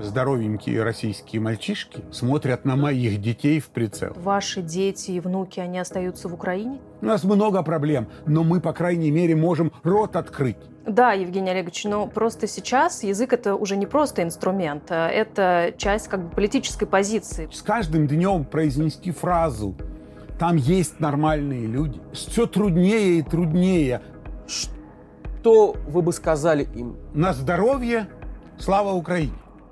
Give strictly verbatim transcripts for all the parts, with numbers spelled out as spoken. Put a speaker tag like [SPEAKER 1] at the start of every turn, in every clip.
[SPEAKER 1] здоровенькие российские мальчишки смотрят на моих детей в прицел.
[SPEAKER 2] Ваши дети и внуки, они остаются в Украине?
[SPEAKER 1] У нас много проблем, но мы, по крайней мере, можем рот открыть.
[SPEAKER 2] Да, Евгений Олегович, но просто сейчас язык – это уже не просто инструмент, а это часть как бы политической позиции.
[SPEAKER 1] С каждым днем произнести фразу «там есть нормальные люди» все труднее и труднее.
[SPEAKER 3] Что вы бы сказали им?
[SPEAKER 1] На здоровье, слава Украине!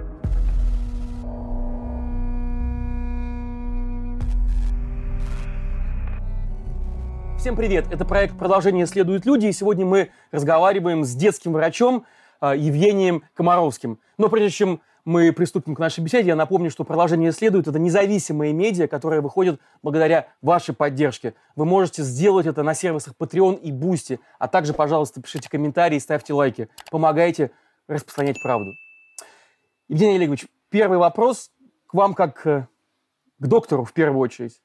[SPEAKER 3] Всем привет! Это проект «Продолжение следуют люди», и сегодня мы разговариваем с детским врачом э, Евгением Комаровским. Но прежде чем мы приступим к нашей беседе, я напомню, что «Продолжение следует» — это независимые медиа, которые выходят благодаря вашей поддержке. Вы можете сделать это на сервисах Patreon и Boosty, а также, пожалуйста, пишите комментарии, ставьте лайки. Помогайте распространять правду. Евгений Олегович, первый вопрос к вам как к доктору в первую очередь.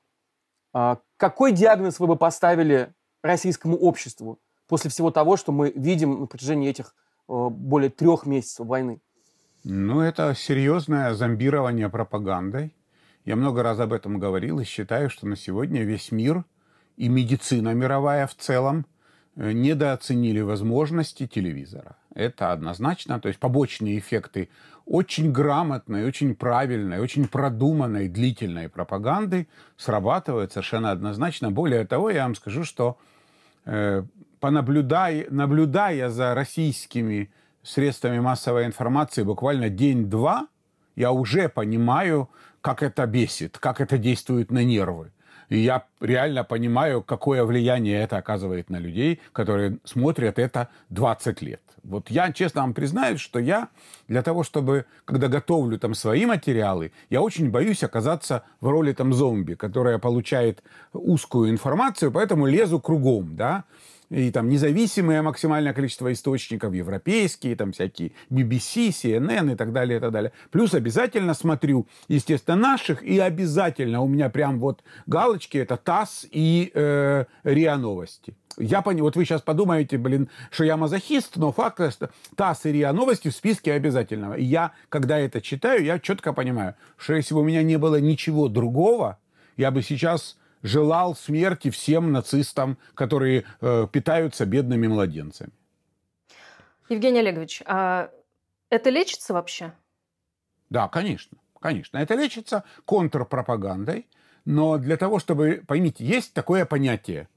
[SPEAKER 3] Какой диагноз вы бы поставили российскому обществу после всего того, что мы видим на протяжении этих более трех месяцев войны?
[SPEAKER 1] Ну, это серьезное зомбирование пропагандой. Я много раз об этом говорил и считаю, что на сегодня весь мир и медицина мировая в целом недооценили возможности телевизора. Это однозначно. То есть побочные эффекты очень грамотной, очень правильной, очень продуманной, длительной пропаганды срабатывают совершенно однозначно. Более того, я вам скажу, что э, понаблюдая, наблюдая за российскими средствами массовой информации буквально день-два, я уже понимаю, как это бесит, как это действует на нервы. И я реально понимаю, какое влияние это оказывает на людей, которые смотрят это двадцать лет. Вот я честно вам признаюсь, что я для того, чтобы, когда готовлю там свои материалы, я очень боюсь оказаться в роли там зомби, которая получает узкую информацию, поэтому лезу кругом, да. И там независимое максимальное количество источников, европейские, там всякие би би си, си эн эн и так далее, и так далее. Плюс обязательно смотрю, естественно, наших, и обязательно у меня прям вот галочки, это ТАСС и э, РИА Новости. Я понял, вот вы сейчас подумаете, блин, что я мазохист, но факт, что ТАСС и РИА Новости в списке обязательного. И я, когда это читаю, я четко понимаю, что если бы у меня не было ничего другого, я бы сейчас желал смерти всем нацистам, которые э, питаются бедными младенцами.
[SPEAKER 2] Евгений Олегович, а это лечится вообще? Да,
[SPEAKER 1] конечно, конечно. Это лечится контрпропагандой, но для того, чтобы, поймите, есть такое понятие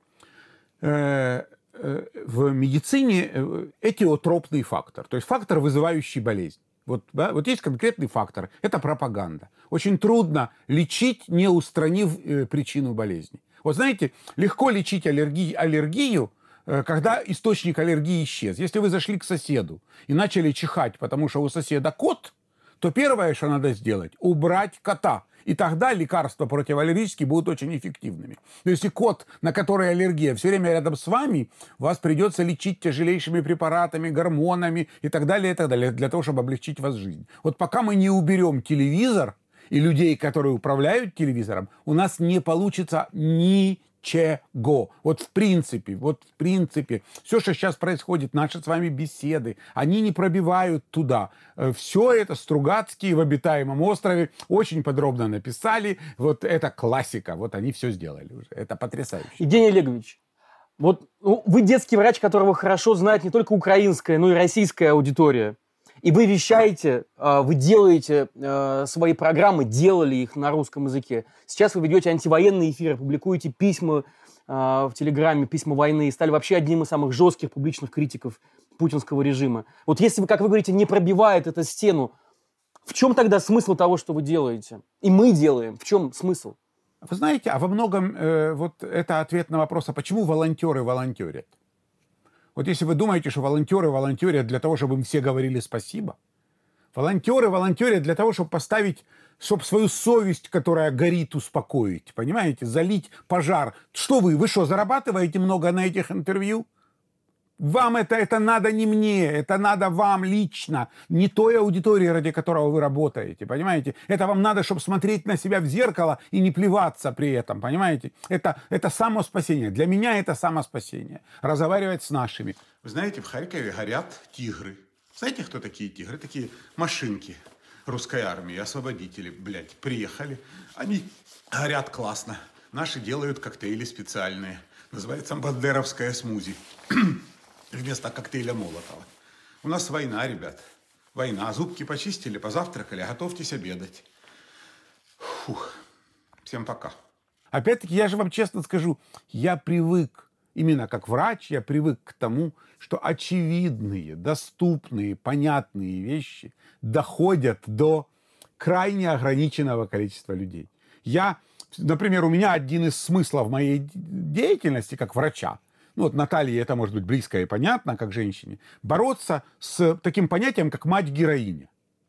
[SPEAKER 1] э, э, в медицине э, этиотропный фактор, то есть фактор, вызывающий болезнь. Вот, да, вот есть конкретный фактор – это пропаганда. Очень трудно лечить, не устранив э, причину болезни. Вот знаете, легко лечить аллергию, аллергию э, когда источник аллергии исчез. Если вы зашли к соседу и начали чихать, потому что у соседа кот, то первое, что надо сделать – убрать кота. И тогда лекарства противоаллергические будут очень эффективными. Но если кот, на который аллергия, все время рядом с вами, вас придется лечить тяжелейшими препаратами, гормонами и так далее, и так далее, для того, чтобы облегчить вас жизнь. Вот пока мы не уберем телевизор и людей, которые управляют телевизором, у нас не получится ничего. Вот в принципе, вот в принципе, все, что сейчас происходит, наши с вами беседы, они не пробивают туда. Все это Стругацкие в «Обитаемом острове» очень подробно написали. Вот это классика. Вот они все сделали уже. Это потрясающе.
[SPEAKER 3] Евгений Олегович, вот ну, вы детский врач, которого хорошо знает не только украинская, но и российская аудитория. И вы вещаете, вы делаете свои программы, делали их на русском языке. Сейчас вы ведете антивоенные эфиры, публикуете письма в Телеграме, письма войны, и стали вообще одним из самых жестких публичных критиков путинского режима. Вот если вы, как вы говорите, не пробивает эту стену, в чем тогда смысл того, что вы делаете? И мы делаем. В чем смысл?
[SPEAKER 1] Вы знаете, а во многом э, вот это ответ на вопрос, а почему волонтеры волонтерят? Вот если вы думаете, что волонтеры волонтерят для того, чтобы им все говорили спасибо, волонтеры волонтерят для того, чтобы поставить, чтобы свою совесть, которая горит, успокоить, понимаете, залить пожар. Что вы, вы что, зарабатываете много на этих интервью? Вам это, это надо не мне, это надо вам лично, не той аудитории, ради которого вы работаете, понимаете? Это вам надо, чтобы смотреть на себя в зеркало и не плеваться при этом, понимаете? Это, это самоспасение. Для меня это самоспасение. Разговаривать с нашими. Вы знаете, в Харькове горят тигры. Знаете, кто такие тигры? Такие машинки. русской армии, освободители, блядь, приехали. Они горят классно. Наши делают коктейли специальные. Называется бандеровская смузи. Вместо коктейля Молотова. У нас война, ребят. Война. Зубки почистили, позавтракали, готовьтесь обедать. Фух. Всем пока.
[SPEAKER 4] Опять-таки, я же вам честно скажу, я привык, именно как врач, я привык к тому, что очевидные, доступные, понятные вещи доходят до крайне ограниченного количества людей. Я, например, у меня один из смыслов моей деятельности как врача, ну вот Наталье это может быть близко и понятно, как женщине, бороться с таким понятием, как мать-героиня.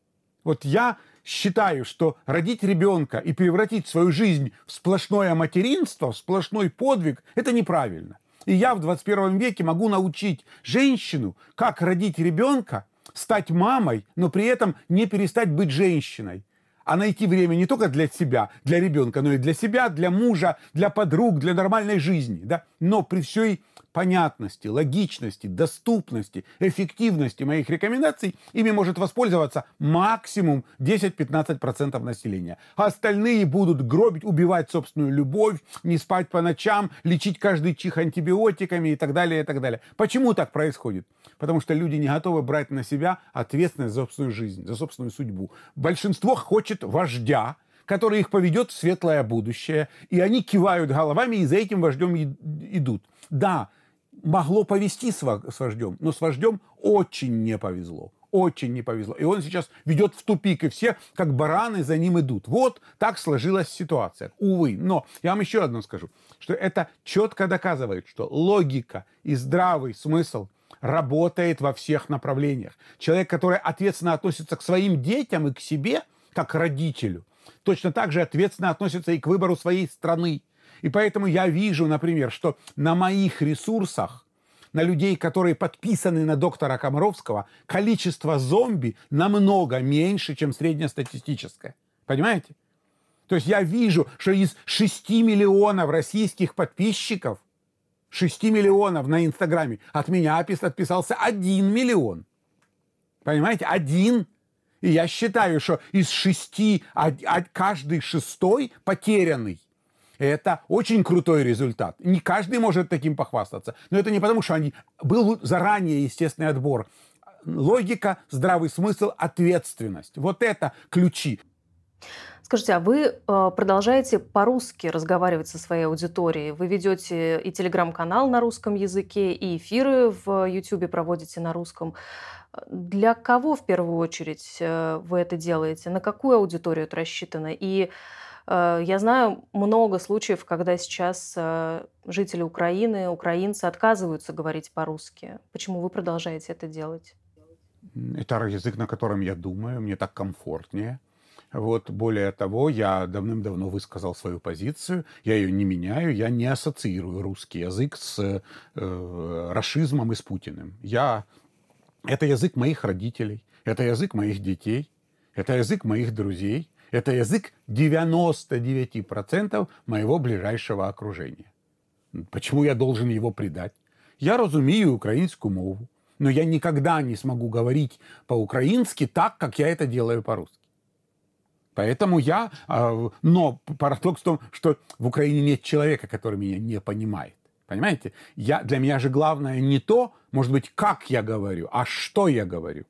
[SPEAKER 4] Вот я считаю, что родить ребенка и превратить свою жизнь в сплошное материнство, в сплошной подвиг, это неправильно. И я в двадцать первом веке могу научить женщину, как родить ребенка, стать мамой, но при этом не перестать быть женщиной. А найти время не только для себя, для ребенка, но и для себя, для мужа, для подруг, для нормальной жизни. Да? Но при всей понятности, логичности, доступности, эффективности моих рекомендаций ими может воспользоваться максимум десять-пятнадцать процентов населения. А остальные будут гробить, убивать собственную любовь, не спать по ночам, лечить каждый чих антибиотиками и так далее, и так далее. Почему так происходит? Потому что люди не готовы брать на себя ответственность за собственную жизнь, за собственную судьбу. Большинство хочет вождя, который их поведет в светлое будущее, и они кивают головами и за этим вождем идут. Да, могло повезти с вождем, но с вождем очень не повезло. Очень не повезло. И он сейчас ведет в тупик, и все, как бараны, за ним идут. Вот так сложилась ситуация. Увы. Но я вам еще одно скажу, что это четко доказывает, что логика и здравый смысл работает во всех направлениях. Человек, который ответственно относится к своим детям и к себе, как к родителю, точно так же ответственно относится и к выбору своей страны. И поэтому я вижу, например, что на моих ресурсах, на людей, которые подписаны на доктора Комаровского, количество зомби намного меньше, чем среднестатистическое. Понимаете? То есть я вижу, что из шести миллионов российских подписчиков, шести миллионов на Инстаграме, от меня отписался один миллион. Понимаете? Один. И я считаю, что из шести каждый шестой потерянный. Это очень крутой результат. Не каждый может таким похвастаться. Но это не потому, что они... был заранее естественный отбор. Логика, здравый смысл, ответственность. Вот это ключи.
[SPEAKER 2] Скажите, а вы продолжаете по-русски разговаривать со своей аудиторией? Вы ведете и телеграм-канал на русском языке, и эфиры в Ютубе проводите на русском. Для кого в первую очередь вы это делаете? На какую аудиторию это рассчитано? И я знаю много случаев, когда сейчас жители Украины, украинцы отказываются говорить по-русски. Почему вы продолжаете это делать?
[SPEAKER 1] Это язык, на котором я думаю, мне так комфортнее. Вот, более того, я давным-давно высказал свою позицию, я ее не меняю, я не ассоциирую русский язык с э, рашизмом и с Путиным. Я... Это язык моих родителей, это язык моих детей, это язык моих друзей, это язык девяносто девять процентов моего ближайшего окружения. Почему я должен его предать? Я разумею украинскую мову, но я никогда не смогу говорить по-украински так, как я это делаю по-русски. Поэтому я... Но парадокс в том, что в Украине нет человека, который меня не понимает. Понимаете? Я, для меня же главное не то, может быть, как я говорю, а что я говорю.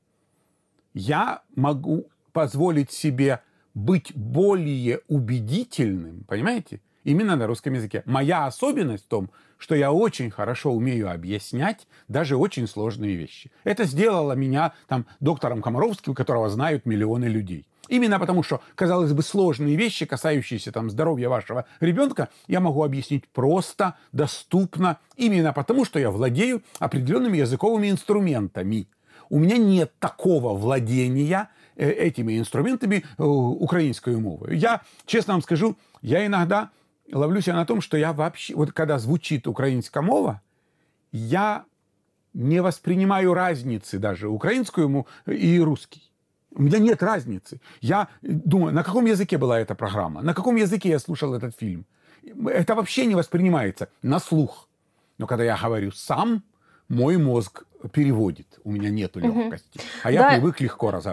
[SPEAKER 1] Я могу позволить себе быть более убедительным, понимаете, именно на русском языке. Моя особенность в том, что я очень хорошо умею объяснять даже очень сложные вещи. Это сделало меня там доктором Комаровским, которого знают миллионы людей. Именно потому, что, казалось бы, сложные вещи, касающиеся там здоровья вашего ребенка, я могу объяснить просто, доступно, именно потому, что я владею определенными языковыми инструментами. У меня нет такого владения этими инструментами украинской мовой. Я, честно вам скажу, я иногда ловлю себя на том, что я вообще, вот когда звучит украинская мова, я не воспринимаю разницы даже украинскую и русский. У меня нет разницы. Я думаю, на каком языке была эта программа, на каком языке я слушал этот фильм. Это вообще не воспринимается на слух. Но когда я говорю сам, мой мозг переводит. У меня нету легкости. Угу. А я да. привык легко разговаривать.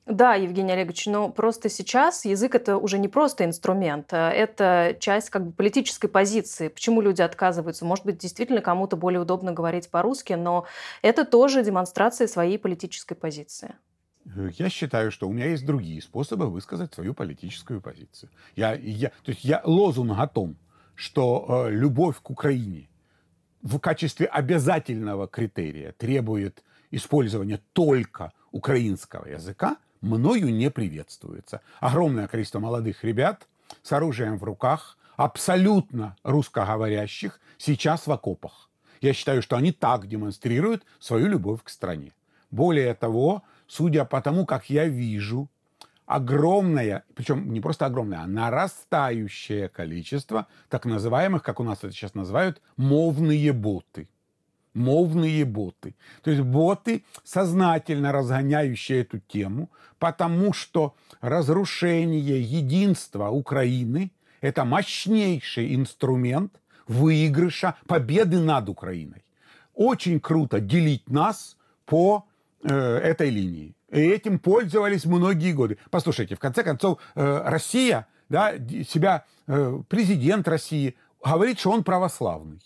[SPEAKER 2] Да, Евгений Олегович, но просто сейчас язык — это уже не просто инструмент, а это часть как бы политической позиции. Почему люди отказываются? Может быть, действительно кому-то более удобно говорить по-русски, но это тоже демонстрация своей политической позиции.
[SPEAKER 1] Я считаю, что у меня есть другие способы высказать свою политическую позицию. Я, я, то есть я лозунг о том, что э, любовь к Украине в качестве обязательного критерия требует использования только украинского языка, мною не приветствуется. Огромное количество молодых ребят с оружием в руках, абсолютно русскоговорящих, сейчас в окопах. Я считаю, что они так демонстрируют свою любовь к стране. Более того, судя по тому, как я вижу, огромное, причем не просто огромное, а нарастающее количество так называемых, как у нас это сейчас называют, мовные боты. Мовные боты. То есть боты, сознательно разгоняющие эту тему, потому что разрушение единства Украины – это мощнейший инструмент выигрыша, победы над Украиной. Очень круто делить нас по э, этой линии. И этим пользовались многие годы. Послушайте, в конце концов, э, Россия, да, себя, э, президент России говорит, что он православный.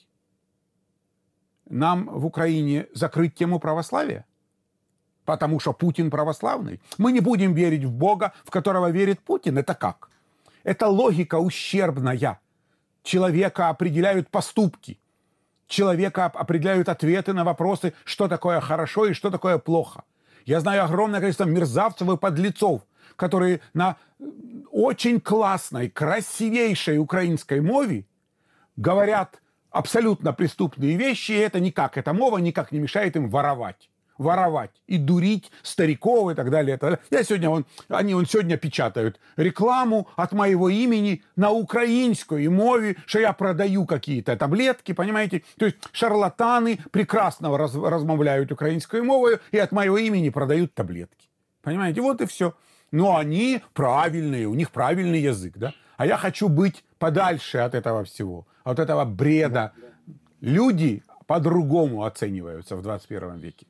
[SPEAKER 1] Нам в Украине закрыть тему православия? Потому что Путин православный? Мы не будем верить в Бога, в которого верит Путин? Это как? Это логика ущербная. Человека определяют поступки. Человека определяют ответы на вопросы, что такое хорошо и что такое плохо. Я знаю огромное количество мерзавцев и подлецов, которые на очень классной, красивейшей украинской мове говорят абсолютно преступные вещи, и это никак, эта мова никак не мешает им воровать. Воровать и дурить стариков и так далее. Я сегодня, вон, они вон сегодня печатают рекламу от моего имени на украинской мове, что я продаю какие-то таблетки, понимаете? То есть шарлатаны прекрасно раз, размовляют украинской мовой и от моего имени продают таблетки. Понимаете? Вот и все. Но они правильные, у них правильный язык, да? А я хочу быть подальше от этого всего, от этого бреда. Люди по-другому оцениваются в двадцать первом веке.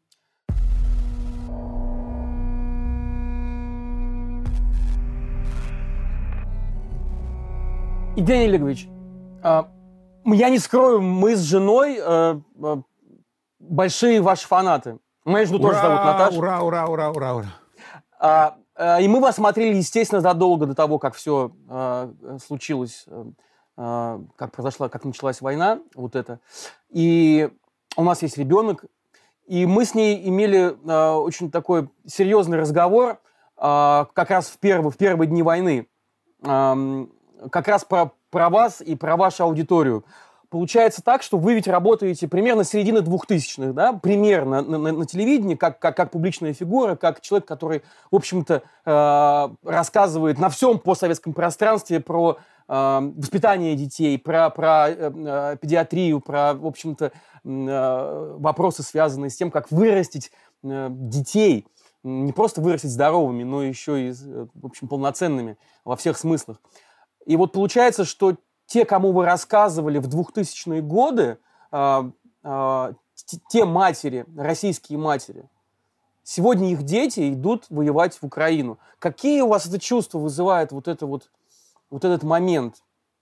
[SPEAKER 3] Евгений Олегович, я не скрою, мы с женой большие ваши фанаты. Мою жену тоже зовут Наташа.
[SPEAKER 1] Ура, ура, ура, ура, ура.
[SPEAKER 3] И мы вас смотрели, естественно, задолго до того, как все случилось, как произошла, как началась война, вот это. И у нас есть ребенок, и мы с ней имели очень такой серьезный разговор как раз в первые, в первые дни войны. Как раз про, про вас и про вашу аудиторию. Получается так, что вы ведь работаете примерно с середины двухтысячных, да, примерно на, на, на телевидении, как, как, как публичная фигура, как человек, который, в общем-то, э, рассказывает на всем постсоветском пространстве про э, воспитание детей, про, про э, педиатрию, про, в общем-то, э, вопросы, связанные с тем, как вырастить э, детей, не просто вырастить здоровыми, но еще и, в общем, полноценными во всех смыслах. И вот получается, что те, кому вы рассказывали в двухтысячные годы, э, э, те матери, российские матери, сегодня их дети идут воевать в Украину. Какие у вас это чувства вызывает вот, это вот, вот этот момент?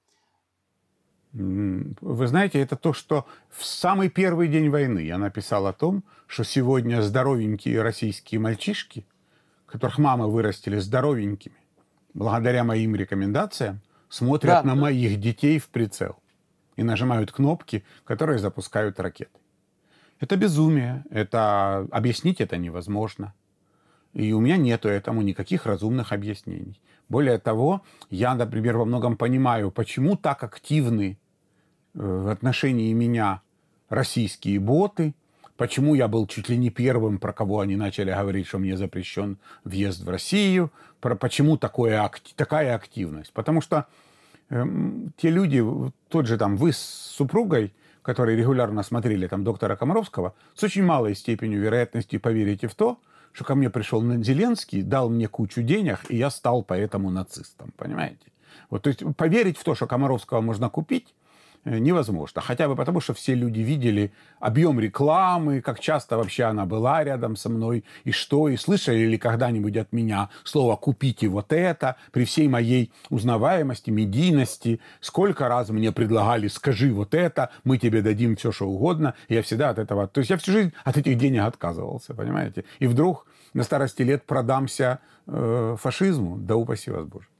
[SPEAKER 1] Вы знаете, это то, что в самый первый день войны я написал о том, что сегодня здоровенькие российские мальчишки, которых мамы вырастили здоровенькими, благодаря моим рекомендациям, смотрят да, на да. моих детей в прицел и нажимают кнопки, которые запускают ракеты. Это безумие, это объяснить это невозможно. И у меня нету этому никаких разумных объяснений. Более того, я, например, во многом понимаю, почему так активны в отношении меня российские боты, почему я был чуть ли не первым, про кого они начали говорить, что мне запрещен въезд в Россию, про почему такое, такая активность. Потому что э, те люди, тот же там вы с супругой, которые регулярно смотрели там доктора Комаровского, с очень малой степенью вероятности поверите в то, что ко мне пришел Зеленский, дал мне кучу денег, и я стал поэтому нацистом, понимаете? Вот, то есть поверить в то, что Комаровского можно купить, невозможно. Хотя бы потому, что все люди видели объем рекламы, как часто вообще она была рядом со мной, и что, и слышали ли когда-нибудь от меня слово «купите вот это», при всей моей узнаваемости, медийности, сколько раз мне предлагали «скажи вот это, мы тебе дадим все, что угодно», и я всегда от этого... То есть я всю жизнь от этих денег отказывался, понимаете? И вдруг на старости лет продамся э, фашизму, да упаси вас Боже.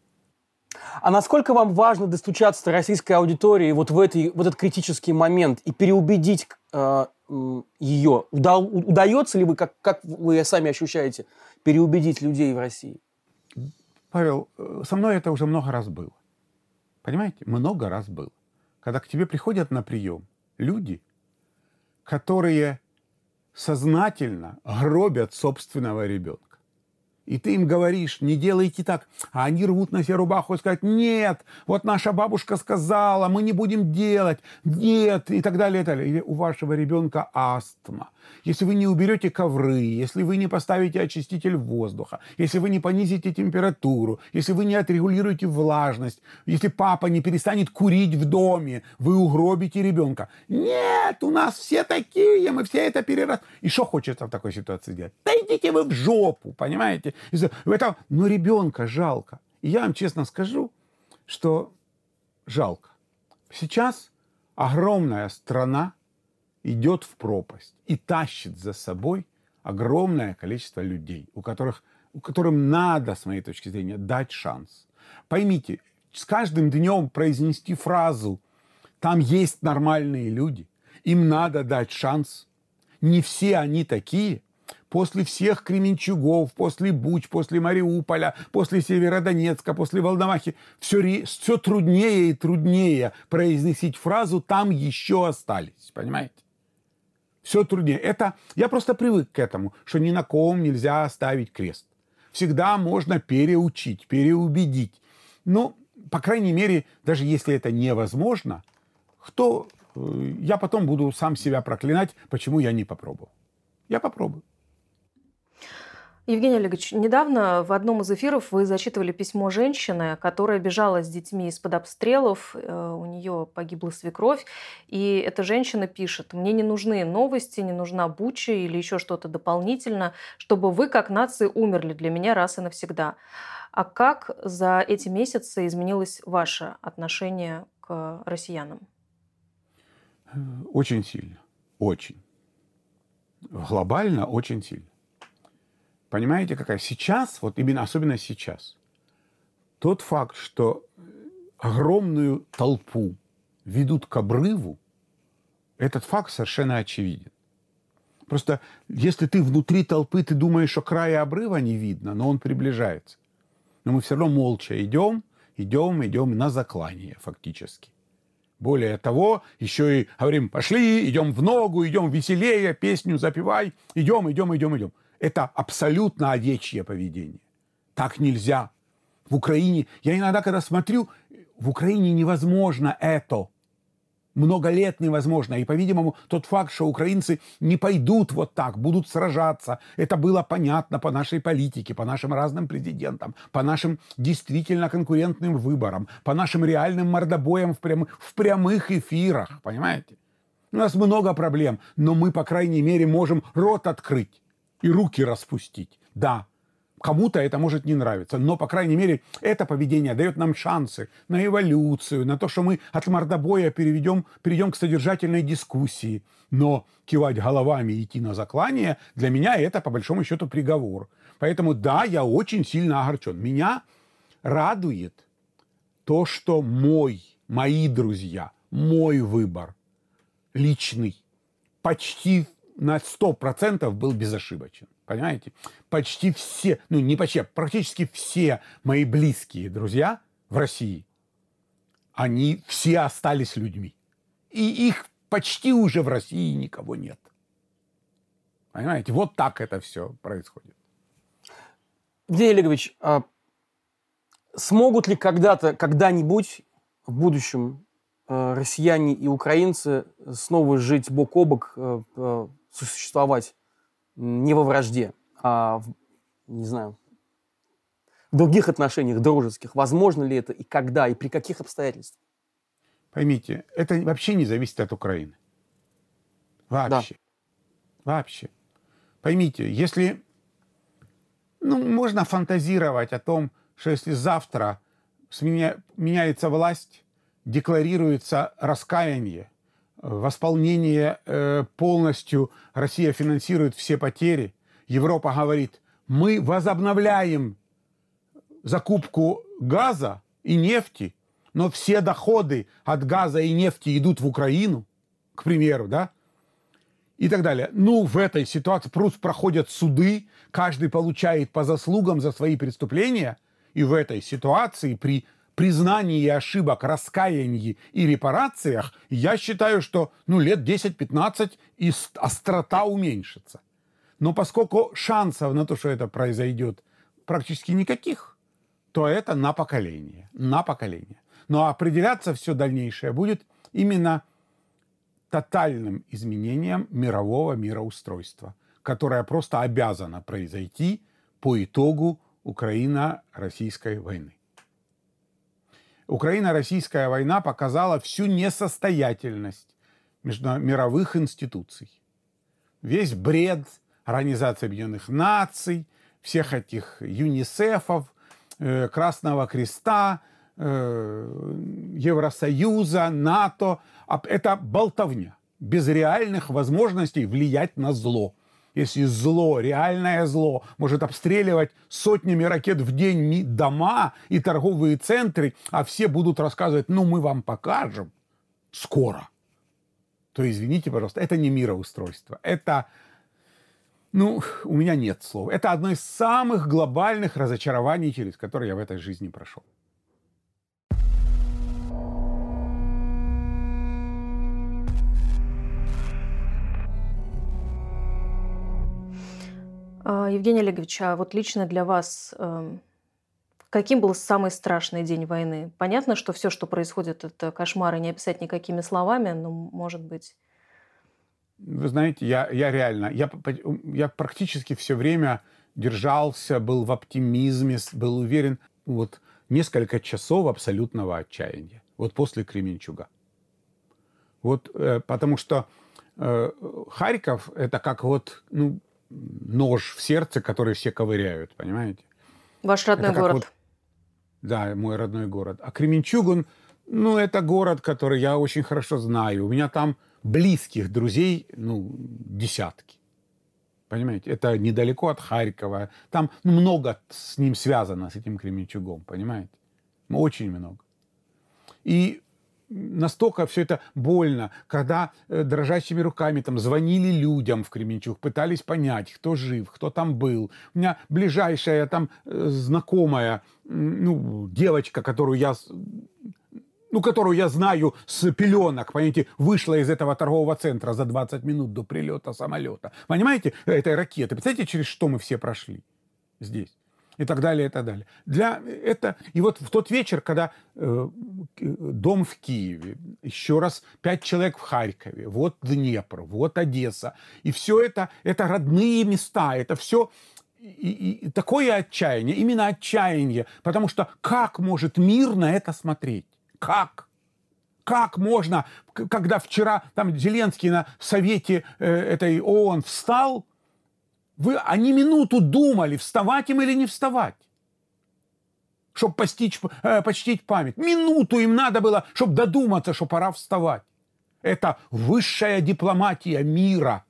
[SPEAKER 3] А насколько вам важно достучаться до российской аудитории вот в этой, вот этот критический момент и переубедить э, ее? Уда, удается ли вы, как, как вы сами ощущаете, переубедить людей в России?
[SPEAKER 1] Павел, со мной это уже много раз было. Понимаете? Много раз было. Когда к тебе приходят на прием люди, которые сознательно гробят собственного ребенка. И ты им говоришь, не делайте так. А они рвут на себе рубаху и скажут, нет, вот наша бабушка сказала, мы не будем делать, нет, и так далее, и так далее. Или у вашего ребенка астма. Если вы не уберете ковры, если вы не поставите очиститель воздуха, если вы не понизите температуру, если вы не отрегулируете влажность, если папа не перестанет курить в доме, вы угробите ребенка. Нет, у нас все такие, мы все это перерос. И что хочется в такой ситуации делать? Да идите вы в жопу, понимаете? Это, но ребенка жалко. И я вам честно скажу, что жалко. Сейчас огромная страна идет в пропасть и тащит за собой огромное количество людей, у которых, у которым надо, с моей точки зрения, дать шанс. Поймите, с каждым днем произнести фразу «там есть нормальные люди», им надо дать шанс. Не все они такие. После всех Кременчугов, после Буч, после Мариуполя, после Северодонецка, после Волновахи все, все труднее и труднее произносить фразу «там еще остались». Понимаете? Все труднее. Это, я просто привык к этому, что ни на ком нельзя ставить крест. Всегда можно переучить, переубедить. Но, по крайней мере, даже если это невозможно, кто, я потом буду сам себя проклинать, почему я не попробовал. Я попробую.
[SPEAKER 2] Евгений Олегович, недавно в одном из эфиров вы зачитывали письмо женщины, которая бежала с детьми из-под обстрелов, у нее погибла свекровь, и эта женщина пишет: «Мне не нужны новости, не нужна Буча или еще что-то дополнительно, чтобы вы как нация умерли для меня раз и навсегда». А как за эти месяцы изменилось ваше отношение к россиянам?
[SPEAKER 1] Очень сильно. Очень. Глобально очень сильно. Понимаете, какая сейчас, вот именно особенно сейчас, тот факт, что огромную толпу ведут к обрыву, этот факт совершенно очевиден. Просто если ты внутри толпы, ты думаешь, что края обрыва не видно, но он приближается. Но мы все равно молча идем, идем, идем на заклание фактически. Более того, еще и говорим, пошли, идем в ногу, идем веселее, песню запевай, идем, идем, идем, идем. Это абсолютно овечье поведение. Так нельзя. В Украине, я иногда, когда смотрю, в Украине невозможно это. Много лет невозможно. И, по-видимому, тот факт, что украинцы не пойдут вот так, будут сражаться, это было понятно по нашей политике, по нашим разным президентам, по нашим действительно конкурентным выборам, по нашим реальным мордобоям в, прям, в прямых эфирах, понимаете? У нас много проблем, но мы, по крайней мере, можем рот открыть и руки распустить. Да, кому-то это может не нравиться, но, по крайней мере, это поведение дает нам шансы на эволюцию, на то, что мы от мордобоя переведем, перейдем к содержательной дискуссии. Но кивать головами и идти на заклание, для меня это, по большому счету, приговор. Поэтому, да, я очень сильно огорчен. Меня радует то, что мой, мои друзья, мой выбор личный почти на сто процентов был безошибочен. Понимаете? Почти все, ну не почти, практически все мои близкие друзья в России, они все остались людьми. И их почти уже в России никого нет. Понимаете? Вот так это все происходит.
[SPEAKER 3] Евгений Олегович, а смогут ли когда-то, когда-нибудь в будущем россияне и украинцы снова жить бок о бок, существовать не во вражде, а в, не знаю, в других отношениях дружеских? Возможно ли это и когда, и при каких обстоятельствах?
[SPEAKER 1] Поймите, это вообще не зависит от Украины. Вообще. Да. Вообще. Поймите, если... Ну, можно фантазировать о том, что если завтра сменя... меняется власть, декларируется раскаяние, восполнение э, полностью, Россия финансирует все потери, Европа говорит, мы возобновляем закупку газа и нефти, но все доходы от газа и нефти идут в Украину, к примеру, да, и так далее. Ну, в этой ситуации просто проходят суды, каждый получает по заслугам за свои преступления, и в этой ситуации при признании ошибок, раскаянии и репарациях, я считаю, что ну, лет десять-пятнадцать и острота уменьшится. Но поскольку шансов на то, что это произойдет, практически никаких, то это на поколение. На поколение. Но определяться все дальнейшее будет именно тотальным изменением мирового мироустройства, которое просто обязано произойти по итогу Украино-российской войны. Украино-российская война показала всю несостоятельность мировых институций. Весь бред Организации Объединенных Наций, всех этих ЮНИСЕФов, Красного Креста, Евросоюза, НАТО. Это болтовня, без реальных возможностей влиять на зло. Если зло, реальное зло, может обстреливать сотнями ракет в день дома и торговые центры, а все будут рассказывать, ну мы вам покажем скоро, то извините, пожалуйста, это не мироустройство. Это, ну, у меня нет слов. Это одно из самых глобальных разочарований, через которые я в этой жизни прошел.
[SPEAKER 2] Евгений Олегович, а вот лично для вас э, каким был самый страшный день войны? Понятно, что все, что происходит, это кошмары, не описать никакими словами, но, может быть...
[SPEAKER 1] Вы знаете, я, я реально, я, я практически все время держался, был в оптимизме, был уверен. Вот несколько часов абсолютного отчаяния. Вот после Кременчуга. Вот э, потому что э, Харьков это как вот... ну, нож в сердце, который все ковыряют, понимаете?
[SPEAKER 2] Ваш родной город. Вот,
[SPEAKER 1] да, мой родной город. А Кременчуг, он, ну, это город, который я очень хорошо знаю. У меня там близких друзей, ну, десятки. Понимаете? Это недалеко от Харькова. Там ну, много с ним связано, с этим Кременчугом, понимаете? Очень много. И настолько все это больно, когда э, дрожащими руками там звонили людям в Кременчуг, пытались понять, кто жив, кто там был. У меня ближайшая там э, знакомая, э, ну, девочка, которую я, ну, которую я знаю с пеленок, понимаете, вышла из этого торгового центра за двадцать минут до прилета самолета. Понимаете, этой ракеты. Представляете, через что мы все прошли здесь? И так далее, и так далее. Для это... И вот в тот вечер, когда э, дом в Киеве, еще раз пять человек в Харькове, вот Днепр, вот Одесса, и все это, это родные места, это все и, и, и такое отчаяние, именно отчаяние, потому что как может мир на это смотреть? Как? Как можно, когда вчера там Зеленский на совете э, этой ООН встал, Вы, они минуту думали, вставать им или не вставать, чтобы постичь, э, почтить память. Минуту им надо было, чтобы додуматься, что пора вставать. Это высшая дипломатия мира.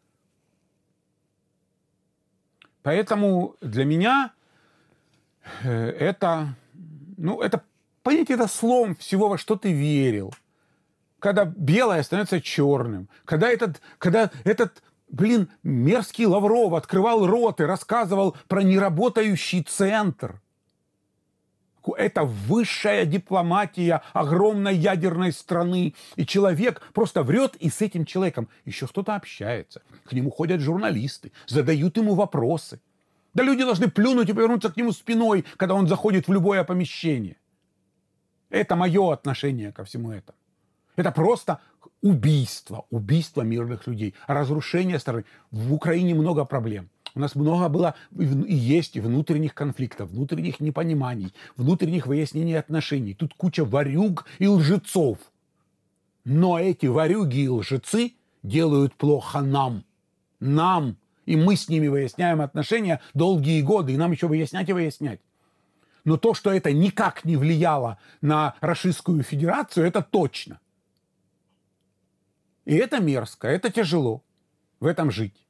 [SPEAKER 1] Поэтому для меня э, это, ну, это, понимаете, это слом всего, во что ты верил. Когда белое становится черным, когда этот, когда этот Блин, мерзкий Лавров открывал рот и рассказывал про неработающий центр. Это высшая дипломатия огромной ядерной страны. И человек просто врет, и с этим человеком еще кто-то общается. К нему ходят журналисты, задают ему вопросы. Да люди должны плюнуть и повернуться к нему спиной, когда он заходит в любое помещение. Это мое отношение ко всему этому. Это просто убийство, убийство мирных людей, разрушение страны. В Украине много проблем. У нас много было и есть и внутренних конфликтов, внутренних непониманий, внутренних выяснений отношений. Тут куча ворюг и лжецов. Но эти ворюги и лжецы делают плохо нам. Нам. И мы с ними выясняем отношения долгие годы. И нам еще выяснять и выяснять. Но то, что это никак не влияло на Российскую Федерацию, это точно. И это мерзко, это тяжело в этом жить.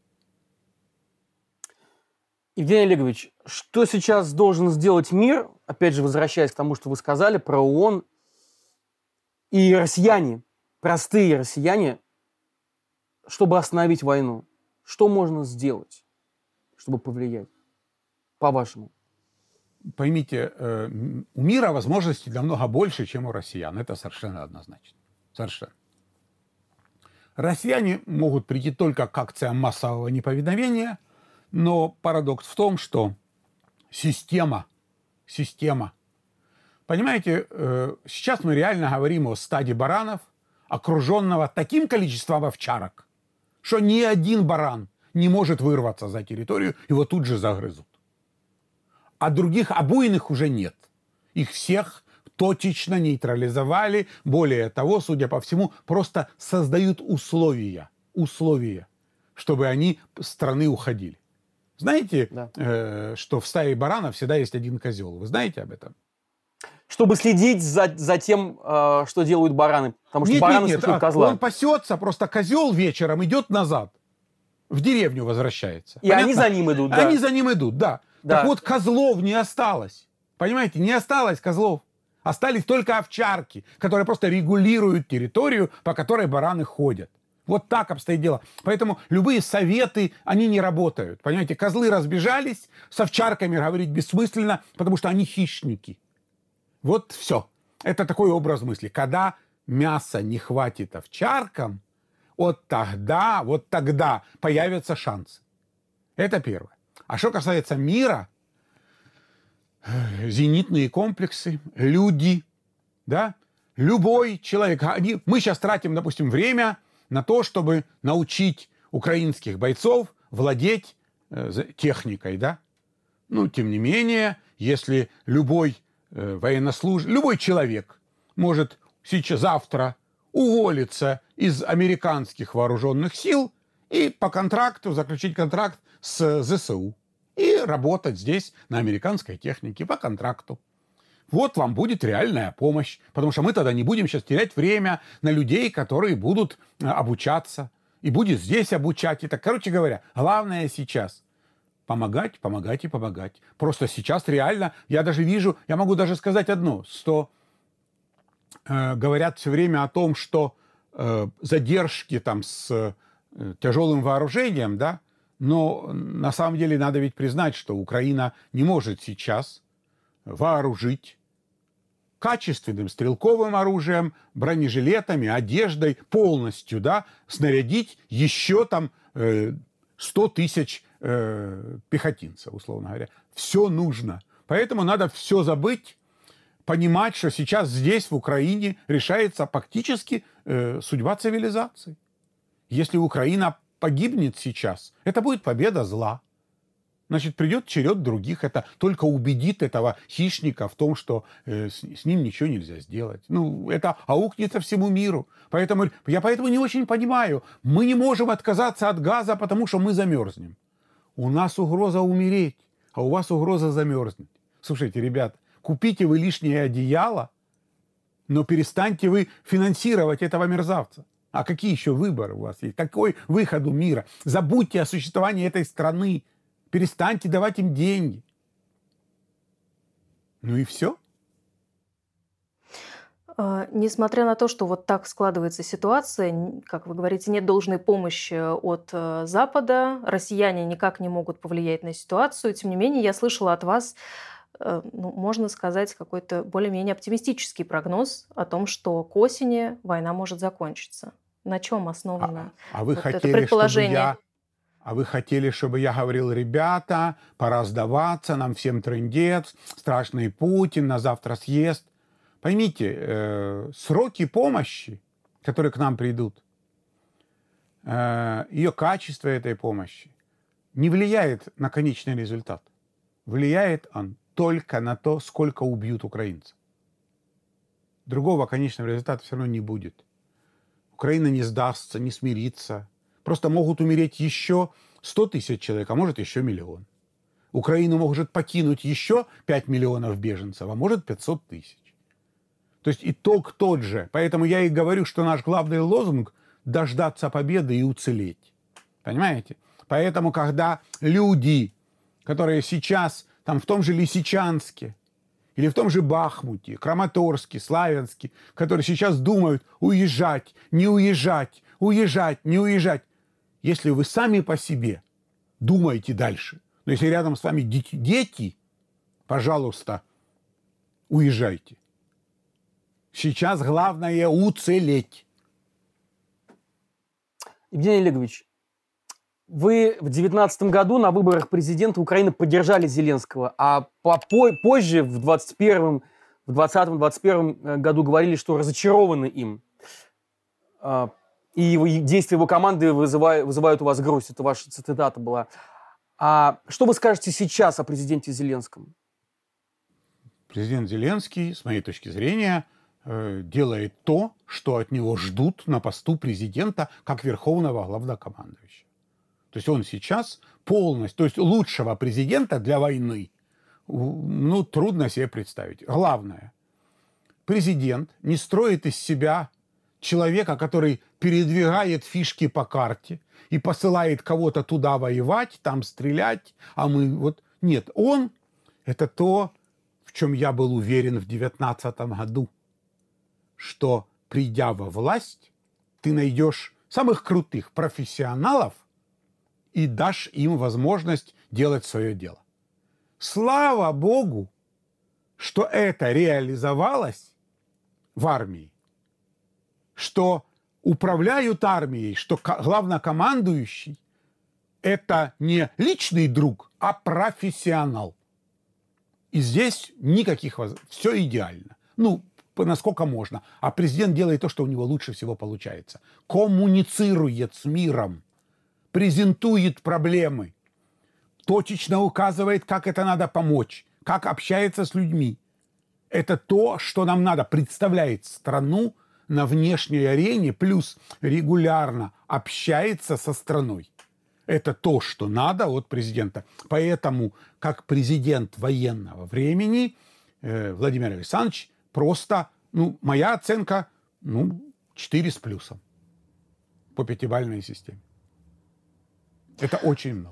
[SPEAKER 3] Евгений Олегович, что сейчас должен сделать мир, опять же, возвращаясь к тому, что вы сказали про ООН, и россияне, простые россияне, чтобы остановить войну? Что можно сделать, чтобы повлиять, по-вашему?
[SPEAKER 1] Поймите, у мира возможностей намного больше, чем у россиян. Это совершенно однозначно. Совершенно. Россияне могут прийти только к акциям массового неповиновения, но парадокс в том, что система, система. Понимаете, сейчас мы реально говорим о стаде баранов, окруженного таким количеством овчарок, что ни один баран не может вырваться за территорию, его тут же загрызут. А других обуйных уже нет. Их всех точечно нейтрализовали. Более того, судя по всему, просто создают условия, условия, чтобы они с страны уходили. Знаете, да. э, что в стае баранов всегда есть один козел? Вы знаете об этом?
[SPEAKER 3] Чтобы следить за, за тем, э, что делают бараны. Потому что
[SPEAKER 1] нет,
[SPEAKER 3] бараны
[SPEAKER 1] нет,
[SPEAKER 3] слушают
[SPEAKER 1] нет.
[SPEAKER 3] козла.
[SPEAKER 1] Он пасется, просто козел вечером идет назад. В деревню возвращается.
[SPEAKER 3] И
[SPEAKER 1] Понятно?
[SPEAKER 3] они за ним идут, да.
[SPEAKER 1] Они за ним идут, да. Да. Так вот, козлов не осталось. Понимаете, не осталось козлов. Остались только овчарки, которые просто регулируют территорию, по которой бараны ходят. Вот так обстоит дело. Поэтому любые советы, они не работают. Понимаете, козлы разбежались, с овчарками говорить бессмысленно, потому что они хищники. Вот все. Это такой образ мысли. Когда мяса не хватит овчаркам, вот тогда, вот тогда появятся шансы. Это первое. А что касается мира, зенитные комплексы, люди, да, любой человек. Они, мы сейчас тратим, допустим, время на то, чтобы научить украинских бойцов владеть э, техникой, да. Ну, тем не менее, если любой э, военнослужащий, любой человек может сейчас, завтра уволиться из американских вооруженных сил и по контракту заключить контракт с ЗСУ и работать здесь на американской технике по контракту. Вот вам будет реальная помощь, потому что мы тогда не будем сейчас терять время на людей, которые будут обучаться, и будет здесь обучать. Это, короче говоря, главное сейчас помогать, помогать и помогать. Просто сейчас реально, я даже вижу, я могу даже сказать одно, что э, говорят все время о том, что э, задержки там с э, тяжелым вооружением, да, но на самом деле надо ведь признать, что Украина не может сейчас вооружить качественным стрелковым оружием, бронежилетами, одеждой полностью, да, снарядить еще там э, сто тысяч э, пехотинцев, условно говоря. Все нужно. Поэтому надо все забыть, понимать, что сейчас здесь, в Украине, решается фактически э, судьба цивилизации. Если Украина погибнет сейчас, это будет победа зла. Значит, придет черед других. Это только убедит этого хищника в том, что э, с, с ним ничего нельзя сделать. Ну, это аукнется всему миру. Поэтому я поэтому не очень понимаю. Мы не можем отказаться от газа, потому что мы замерзнем. У нас угроза умереть, а у вас угроза замерзнуть. Слушайте, ребят, купите вы лишнее одеяло, но перестаньте вы финансировать этого мерзавца. А какие еще выборы у вас есть? Какой выход у мира? Забудьте о существовании этой страны. Перестаньте давать им деньги. Ну и все.
[SPEAKER 2] Несмотря на то, что вот так складывается ситуация, как вы говорите, нет должной помощи от Запада, россияне никак не могут повлиять на ситуацию, тем не менее, я слышала от вас, ну, можно сказать, какой-то более-менее оптимистический прогноз о том, что к осени война может закончиться. На чем основано
[SPEAKER 1] а, а вы
[SPEAKER 2] вот
[SPEAKER 1] хотели,
[SPEAKER 2] это предположение?
[SPEAKER 1] Чтобы я... А вы хотели, чтобы я говорил: ребята, пора сдаваться, нам всем трындец, страшный Путин, на завтра съест. Поймите, э, сроки помощи, которые к нам придут, э, ее качество этой помощи не влияет на конечный результат. Влияет он только на то, сколько убьют украинцев. Другого конечного результата все равно не будет. Украина не сдастся, не смирится. Просто могут умереть еще сто тысяч человек, а может еще миллион. Украину может покинуть еще пять миллионов беженцев, а может пятьсот тысяч. То есть итог тот же. Поэтому я и говорю, что наш главный лозунг – дождаться победы и уцелеть. Понимаете? Поэтому, когда люди, которые сейчас там в том же Лисичанске, или в том же Бахмуте, Краматорске, Славянске, которые сейчас думают уезжать, не уезжать, уезжать, не уезжать. Если вы сами по себе думаете дальше, но если рядом с вами дети, дети, пожалуйста, уезжайте. Сейчас главное уцелеть.
[SPEAKER 3] Евгений Олегович, вы в две тысячи девятнадцатом году на выборах президента Украины поддержали Зеленского, а позже, в двадцать первом, в двадцатом двадцать первом году говорили, что разочарованы им. И его, действия его команды вызывают, вызывают у вас грусть. Это ваша цитата была. А что вы скажете сейчас о президенте Зеленском?
[SPEAKER 1] Президент Зеленский, с моей точки зрения, делает то, что от него ждут на посту президента как верховного главнокомандующего. То есть он сейчас полностью, то есть лучшего президента для войны, ну, трудно себе представить. Главное, президент не строит из себя человека, который передвигает фишки по карте и посылает кого-то туда воевать, там стрелять, а мы вот... Нет, он — это то, в чем я был уверен в девятнадцатом году, что, придя во власть, ты найдешь самых крутых профессионалов и дашь им возможность делать свое дело. Слава Богу, что это реализовалось в армии, что управляют армией, что главнокомандующий – это не личный друг, а профессионал. И здесь никаких возможностей. Все идеально. Ну, насколько можно. А президент делает то, что у него лучше всего получается. Коммуницирует с миром. Презентует проблемы. Точечно указывает, как это надо помочь. Как общается с людьми. Это то, что нам надо. Представляет страну на внешней арене, плюс регулярно общается со страной. Это то, что надо от президента. Поэтому, как президент военного времени, э, Владимир Александрович просто, ну, моя оценка, ну, четыре с плюсом по пятибалльной системе. Это очень много.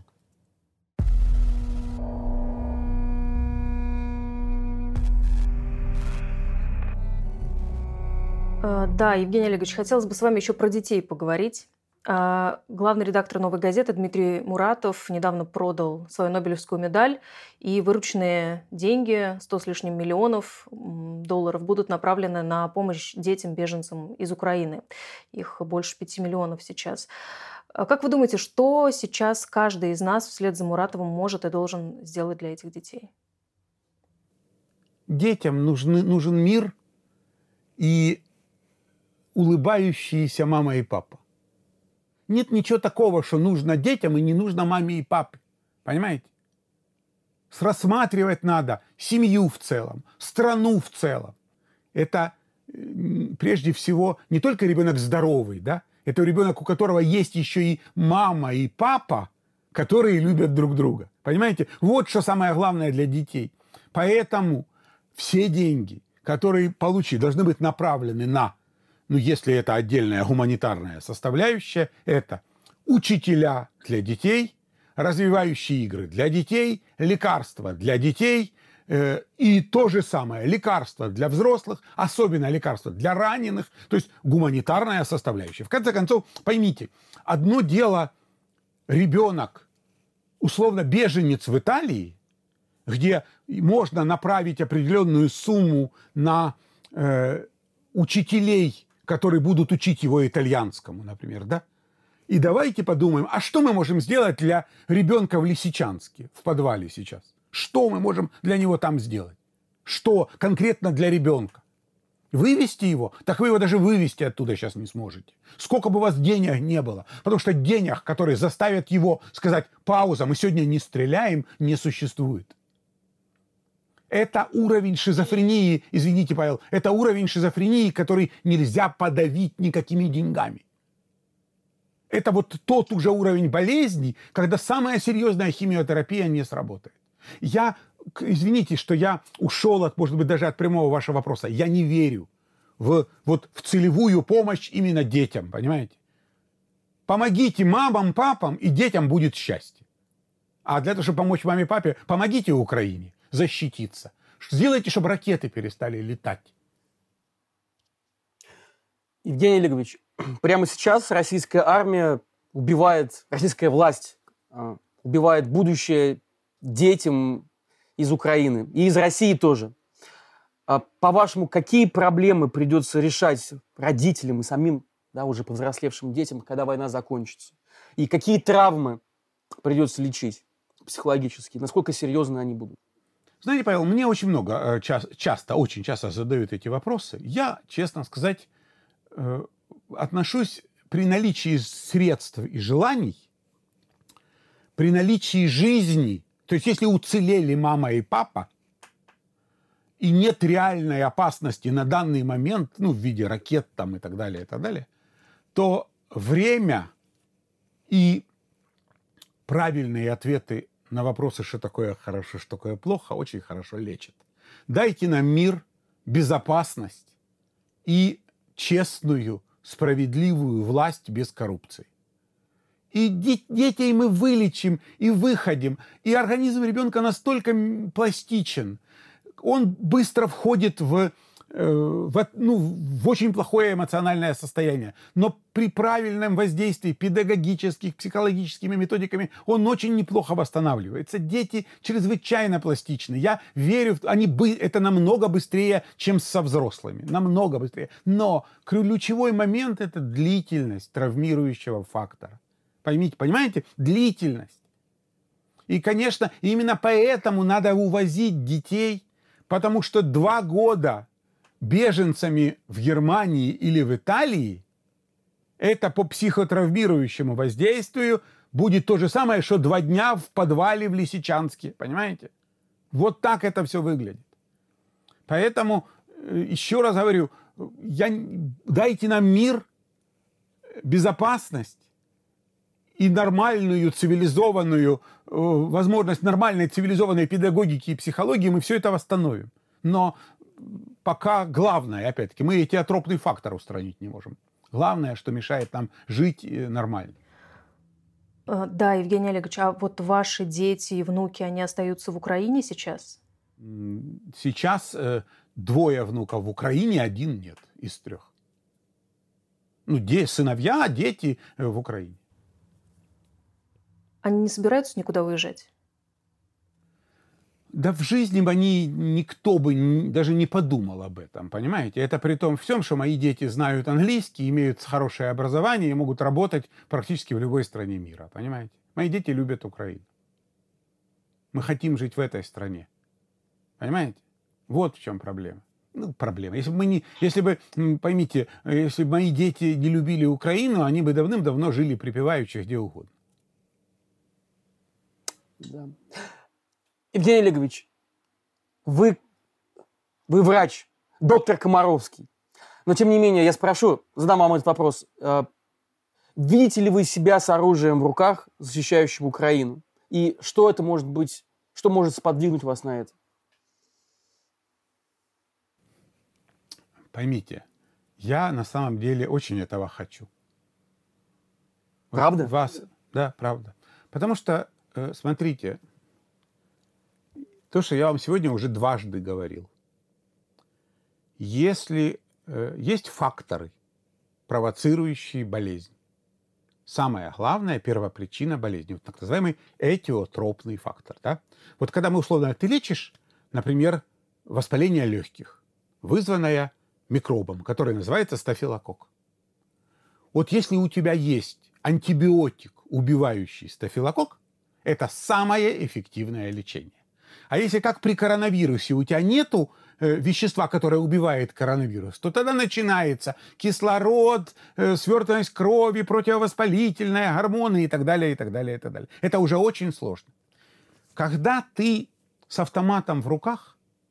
[SPEAKER 2] Да, Евгений Олегович, хотелось бы с вами еще про детей поговорить. Главный редактор «Новой газеты» Дмитрий Муратов недавно продал свою Нобелевскую медаль, и вырученные деньги, сто с лишним миллионов долларов, будут направлены на помощь детям-беженцам из Украины. Их больше пяти миллионов сейчас. Как вы думаете, что сейчас каждый из нас вслед за Муратовым может и должен сделать для этих детей?
[SPEAKER 1] Детям нужны, нужен мир и улыбающиеся мама и папа. Нет ничего такого, что нужно детям и не нужно маме и папе. Понимаете? Рассматривать надо семью в целом, страну в целом. Это прежде всего не только ребенок здоровый, да? Это ребенок, у которого есть еще и мама и папа, которые любят друг друга. Понимаете? Вот что самое главное для детей. Поэтому все деньги, которые получили, должны быть направлены на, ну, если это отдельная гуманитарная составляющая, это учителя для детей, развивающие игры для детей, лекарства для детей э, и то же самое, лекарства для взрослых, особенно лекарства для раненых, то есть гуманитарная составляющая. В конце концов, поймите, одно дело ребенок, условно беженец в Италии, где можно направить определенную сумму на э, учителей, которые будут учить его итальянскому, например, да? И давайте подумаем, а что мы можем сделать для ребенка в Лисичанске, в подвале сейчас? Что мы можем для него там сделать? Что конкретно для ребенка? Вывести его? Так вы его даже вывести оттуда сейчас не сможете. Сколько бы у вас денег не было. Потому что денег, которые заставят его сказать: пауза, мы сегодня не стреляем, не существует. Это уровень шизофрении, извините, Павел, это уровень шизофрении, который нельзя подавить никакими деньгами. Это вот тот уже уровень болезни, когда самая серьезная химиотерапия не сработает. Я, извините, что я ушел от, может быть, даже от прямого вашего вопроса. Я не верю в, вот, в целевую помощь именно детям, понимаете? Помогите мамам, папам, и детям будет счастье. А для того, чтобы помочь маме и папе, помогите Украине защититься. Сделайте, чтобы ракеты перестали летать.
[SPEAKER 3] Евгений Олегович, прямо сейчас российская армия убивает, российская власть э, убивает будущее детям из Украины и из России тоже. А, по-вашему, какие проблемы придется решать родителям и самим, да, уже повзрослевшим детям, когда война закончится? И какие травмы придется лечить психологически? Насколько серьезны они будут?
[SPEAKER 1] Знаете, Павел, мне очень много, часто, очень часто задают эти вопросы. Я, честно сказать, отношусь при наличии средств и желаний, при наличии жизни, то есть если уцелели мама и папа, и нет реальной опасности на данный момент, ну, в виде ракет там и так далее, и так далее, то время и правильные ответы на вопросы, что такое хорошо, что такое плохо, очень хорошо лечат. Дайте нам мир, безопасность и честную, справедливую власть без коррупции. И детей мы вылечим и выходим. И организм ребенка настолько пластичен, он быстро входит в, в, ну, в очень плохое эмоциональное состояние. Но при правильном воздействии педагогических, психологическими методиками он очень неплохо восстанавливается. Дети чрезвычайно пластичны. Я верю, они, это намного быстрее, чем со взрослыми. Намного быстрее. Но ключевой момент – это длительность травмирующего фактора. Поймите, понимаете? Длительность. И, конечно, именно поэтому надо увозить детей, потому что два года беженцами в Германии или в Италии это по психотравмирующему воздействию будет то же самое, что два дня в подвале в Лисичанске. Понимаете? Вот так это все выглядит. Поэтому, еще раз говорю, я, дайте нам мир, безопасность и нормальную, цивилизованную, возможность нормальной цивилизованной педагогики и психологии, мы все это восстановим. Но пока главное, опять-таки, мы этиотропный фактор устранить не можем. Главное, что мешает нам жить нормально.
[SPEAKER 2] Да, Евгений Олегович, а вот ваши дети и внуки, они остаются в Украине сейчас?
[SPEAKER 1] Сейчас э, двое внуков в Украине, один нет из трех. Ну, де, сыновья, дети в Украине.
[SPEAKER 2] Они не собираются никуда уезжать?
[SPEAKER 1] Да в жизни бы они, никто бы даже не подумал об этом, понимаете? Это при том всем, что мои дети знают английский, имеют хорошее образование и могут работать практически в любой стране мира, понимаете? Мои дети любят Украину. Мы хотим жить в этой стране, понимаете? Вот в чем проблема. Ну, проблема. Если бы мы не, если бы, поймите, если бы мои дети не любили Украину, они бы давным-давно жили припеваючи где угодно.
[SPEAKER 3] Да. Евгений Олегович, вы, вы врач, доктор Комаровский. Но, тем не менее, я спрошу, задам вам этот вопрос. Видите ли вы себя с оружием в руках, защищающим Украину? И что это может быть, что может сподвигнуть вас на это?
[SPEAKER 1] Поймите, я на самом деле очень этого хочу.
[SPEAKER 3] Правда?
[SPEAKER 1] Вас, да, правда. Потому что, смотрите, то, что я вам сегодня уже дважды говорил. Если э, есть факторы, провоцирующие болезнь, самая главная первопричина болезни, вот так называемый этиотропный фактор. Да? Вот когда мы условно, ты лечишь, например, воспаление легких, вызванное микробом, который называется стафилококк. Вот если у тебя есть антибиотик, убивающий стафилококк, это самое эффективное лечение. А если, как при коронавирусе, у тебя нету э, вещества, которое убивает коронавирус, то тогда начинается кислород, э, свертываемость крови, противовоспалительные гормоны и так далее, и так далее, и так далее. Это уже очень сложно. Когда ты с автоматом в руках,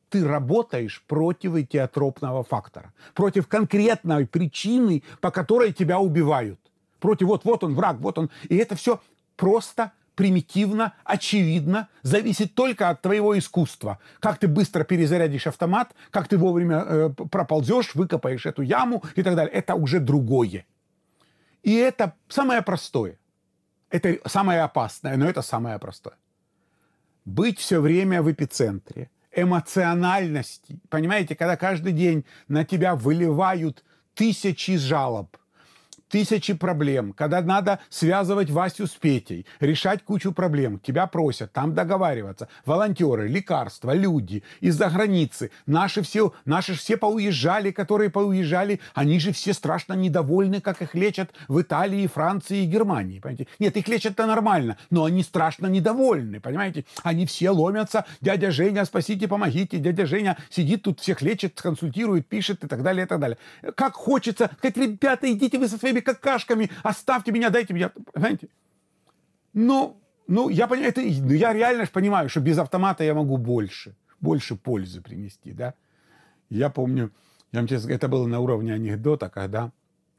[SPEAKER 1] ты работаешь против этиотропного фактора, против конкретной причины, по которой тебя убивают. Против вот, вот он враг, вот он. И это все просто, примитивно, очевидно, зависит только от твоего искусства. Как ты быстро перезарядишь автомат, как ты вовремя э, проползешь, выкопаешь эту яму и так далее. Это уже другое. И это самое простое. Это самое опасное, но это самое простое. Быть все время в эпицентре эмоциональности. Понимаете, когда каждый день на тебя выливают тысячи жалоб, тысячи проблем, когда надо связывать Васю с Петей, решать кучу проблем, тебя просят там договариваться, волонтеры, лекарства, люди из-за границы, наши все, наши все поуезжали, которые поуезжали, они же все страшно недовольны, как их лечат в Италии, Франции и Германии, понимаете? Нет, их лечат-то нормально, но они страшно недовольны, понимаете? Они все ломятся, дядя Женя, спасите, помогите, дядя Женя сидит тут, всех лечит, консультирует, пишет и так далее, и так далее. Как хочется сказать, ребята, идите вы со своими какашками, оставьте меня, дайте меня, понимаете? Ну, ну я, понимаю, это, я реально ж понимаю, что без автомата я могу больше, больше пользы принести, да. Я помню, я вам честно, это было на уровне анекдота, когда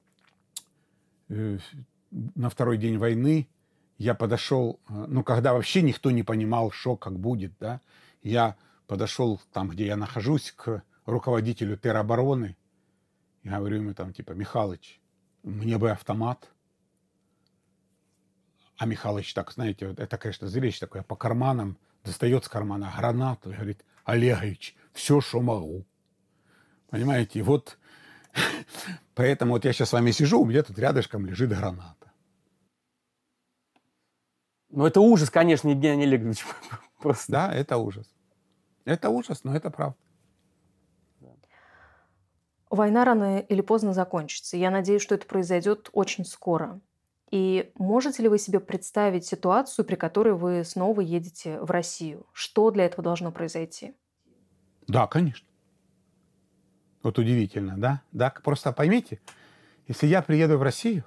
[SPEAKER 1] э, на второй день войны я подошел, э, ну, когда вообще никто не понимал, что как будет, да, я подошел там, где я нахожусь, к руководителю теробороны, я говорю ему там, типа, Михалыч, мне бы автомат. А Михалыч так, знаете, вот это, конечно, зрелище такое, по карманам, достает с кармана гранату и говорит, Олегович, все, что могу. Понимаете, вот поэтому вот я сейчас с вами сижу, у меня тут рядышком лежит граната.
[SPEAKER 3] Ну, это ужас, конечно, Евгений Олегович. Просто.
[SPEAKER 1] Да, это ужас. Это ужас, но это правда.
[SPEAKER 2] Война рано или поздно закончится. Я надеюсь, что это произойдет очень скоро. И можете ли вы себе представить ситуацию, при которой вы снова едете в Россию? Что для этого должно произойти?
[SPEAKER 1] Да, конечно. Вот удивительно, да? Да, просто поймите, если я приеду в Россию,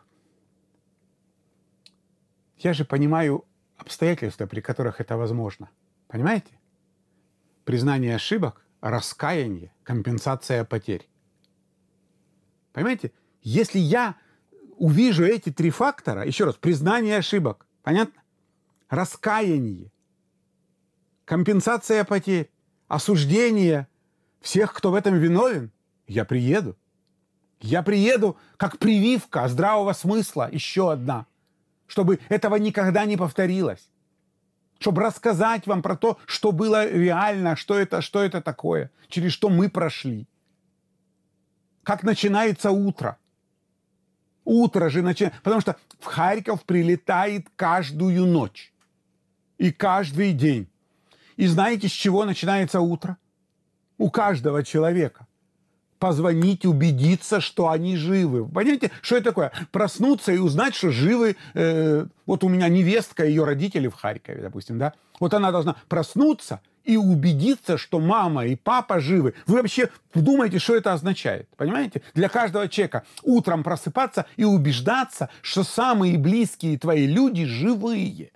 [SPEAKER 1] я же понимаю обстоятельства, при которых это возможно. Понимаете? Признание ошибок, раскаяние, компенсация потерь. Понимаете? Если я увижу эти три фактора, еще раз, признание ошибок, понятно? Раскаяние, компенсация потерь, осуждение всех, кто в этом виновен, я приеду. Я приеду как прививка здравого смысла, еще одна, чтобы этого никогда не повторилось. Чтобы рассказать вам про то, что было реально, что это, что это такое, через что мы прошли. Как начинается утро. Утро же начинается. Потому что в Харьков прилетает каждую ночь. И каждый день. И знаете, с чего начинается утро? У каждого человека. Позвонить, убедиться, что они живы. Понимаете, что это такое? Проснуться и узнать, что живы. Э, вот у меня невестка, ее родители в Харькове, допустим, да? Вот она должна проснуться и убедиться, что мама и папа живы. Вы вообще думаете, что это означает? Понимаете? Для каждого человека утром просыпаться и убеждаться, что самые близкие твои люди живые.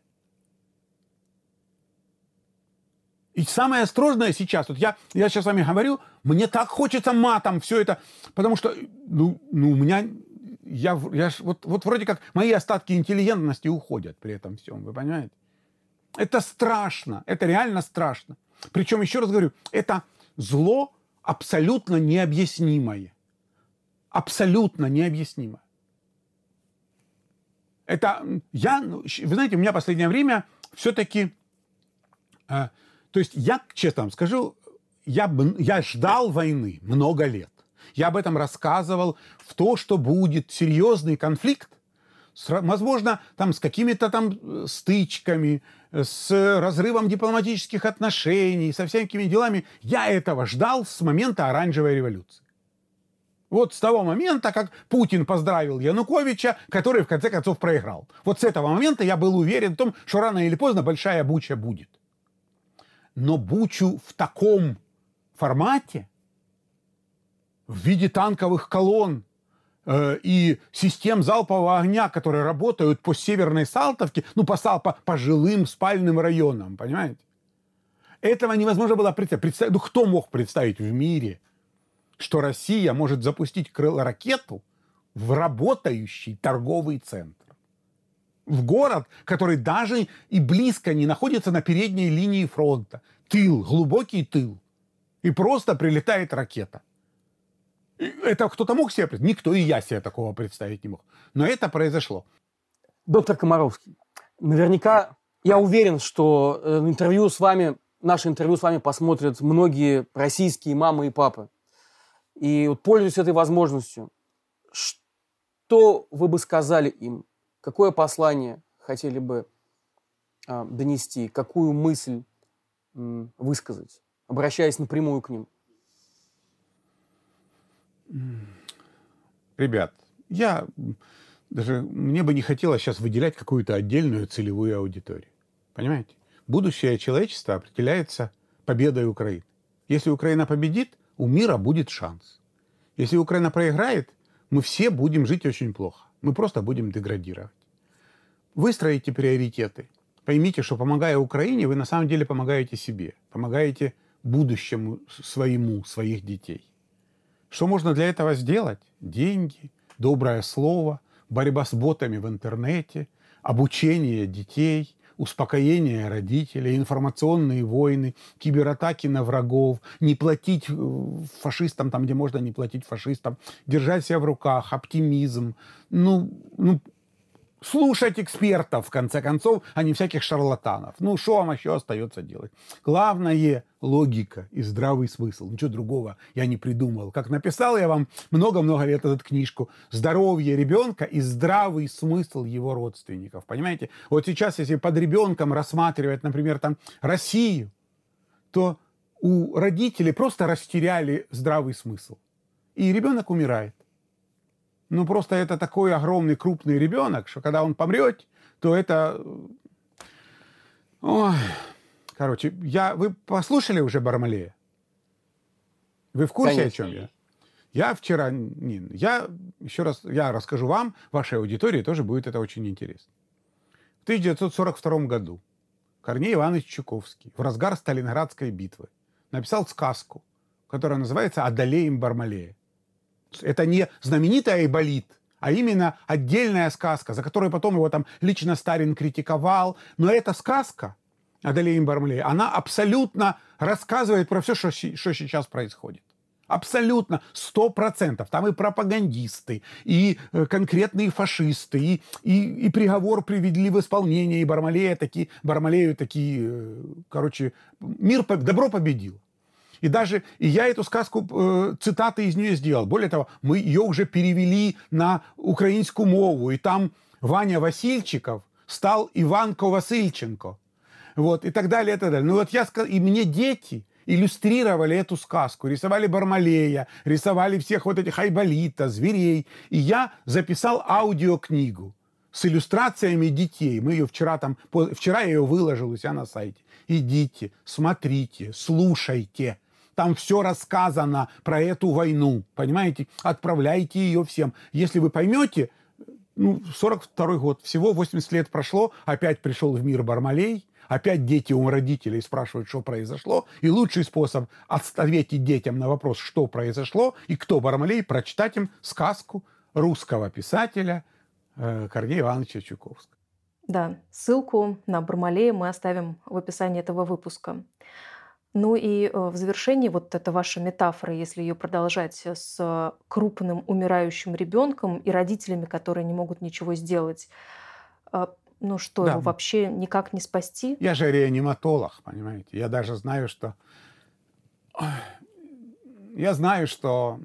[SPEAKER 1] И самое сложное сейчас, вот я, я сейчас с вами говорю, мне так хочется матом все это, потому что, ну, ну у меня, я, я вот, вот вроде как мои остатки интеллигентности уходят при этом всем, вы понимаете? Это страшно, это реально страшно. Причем, еще раз говорю, это зло абсолютно необъяснимое. Абсолютно необъяснимое. Это, я, вы знаете, у меня в последнее время все-таки, э, то есть я, честно вам скажу, я, я ждал войны много лет. Я об этом рассказывал, в то, что будет серьезный конфликт, с, возможно, там, с какими-то там стычками, с разрывом дипломатических отношений, со всякими делами. Я этого ждал с момента Оранжевой революции. Вот с того момента, как Путин поздравил Януковича, который в конце концов проиграл. Вот с этого момента я был уверен в том, что рано или поздно большая буча будет. Но бучу в таком формате, в виде танковых колонн э, и систем залпового огня, которые работают по Северной Салтовке, ну, по, по, по жилым спальным районам, понимаете? Этого невозможно было представить. Представь, ну кто мог представить в мире, что Россия может запустить крылоракету в работающий торговый центр? В город, который даже и близко не находится на передней линии фронта. Тыл, глубокий тыл. И просто прилетает ракета. Это кто-то мог себе представить? Никто, и я себе такого представить не мог. Но это произошло.
[SPEAKER 3] Доктор Комаровский, наверняка, я уверен, что интервью с вами, наше интервью с вами посмотрят многие российские мамы и папы. И вот, пользуясь этой возможностью, что вы бы сказали им? Какое послание хотели бы а, донести? Какую мысль м, высказать, обращаясь напрямую к ним?
[SPEAKER 1] Ребят, я даже, мне бы не хотелось сейчас выделять какую-то отдельную целевую аудиторию. Понимаете? Будущее человечества определяется победой Украины. Если Украина победит, у мира будет шанс. Если Украина проиграет, мы все будем жить очень плохо. Мы просто будем деградировать. Выстроите приоритеты. Поймите, что помогая Украине, вы на самом деле помогаете себе. Помогаете будущему своему, своих детей. Что можно для этого сделать? Деньги, доброе слово, борьба с ботами в интернете, обучение детей, успокоение родителей, информационные войны, кибератаки на врагов, не платить фашистам там, где можно не платить фашистам, держать себя в руках, оптимизм, ну, ну слушать экспертов, в конце концов, а не всяких шарлатанов. Ну, что вам еще остается делать? Главное – логика и здравый смысл. Ничего другого я не придумал. Как написал я вам много-много лет назад книжку «Здоровье ребенка и здравый смысл его родственников». Понимаете? Вот сейчас, если под ребенком рассматривать, например, там, Россию, то у родителей просто растеряли здравый смысл. И ребенок умирает. Ну, просто это такой огромный, крупный ребенок, что когда он помрет, то это... Ой. Короче, я... вы послушали уже Бармалея? Вы в курсе, конечно, о чем я? Я вчера... Не, я еще раз... Я расскажу вам, вашей аудитории тоже будет это очень интересно. В тысяча девятьсот сорок втором году Корней Иванович Чуковский в разгар Сталинградской битвы написал сказку, которая называется «Одолеем Бармалея». Это не знаменитый Айболит, а именно отдельная сказка, за которую потом его там лично Сталин критиковал. Но эта сказка «Одолеем Бармалея», она абсолютно рассказывает про все, что, что сейчас происходит. Абсолютно, сто процентов. Там и пропагандисты, и конкретные фашисты, и, и, и приговор привели в исполнение, и Бармалея такие, Бармалею такие, короче, мир, добро победил. И даже и я эту сказку, э, цитаты из нее сделал. Более того, мы ее уже перевели на украинскую мову. И там Ваня Васильчиков стал Иванко Васильченко. Вот, и так далее, и так далее. Ну вот я сказал, и мне дети иллюстрировали эту сказку. Рисовали Бармалея, рисовали всех вот этих Айболита, зверей. И я записал аудиокнигу с иллюстрациями детей. Мы ее вчера там... Вчера я ее выложил у себя на сайте. Идите, смотрите, слушайте. Там все рассказано про эту войну, понимаете? Отправляйте ее всем. Если вы поймете, ну, сорок второй год, всего восемьдесят лет прошло, опять пришел в мир Бармалей, опять дети у родителей спрашивают, что произошло, и лучший способ ответить детям на вопрос, что произошло и кто Бармалей, прочитать им сказку русского писателя э, Корнея Ивановича Чуковского.
[SPEAKER 2] Да, ссылку на Бармалея мы оставим в описании этого выпуска. Ну и в завершении вот эта ваша метафора, если ее продолжать, с крупным умирающим ребенком и родителями, которые не могут ничего сделать, ну что, да, его вообще никак не спасти?
[SPEAKER 1] Я же реаниматолог, понимаете. Я даже знаю, что... Я знаю, что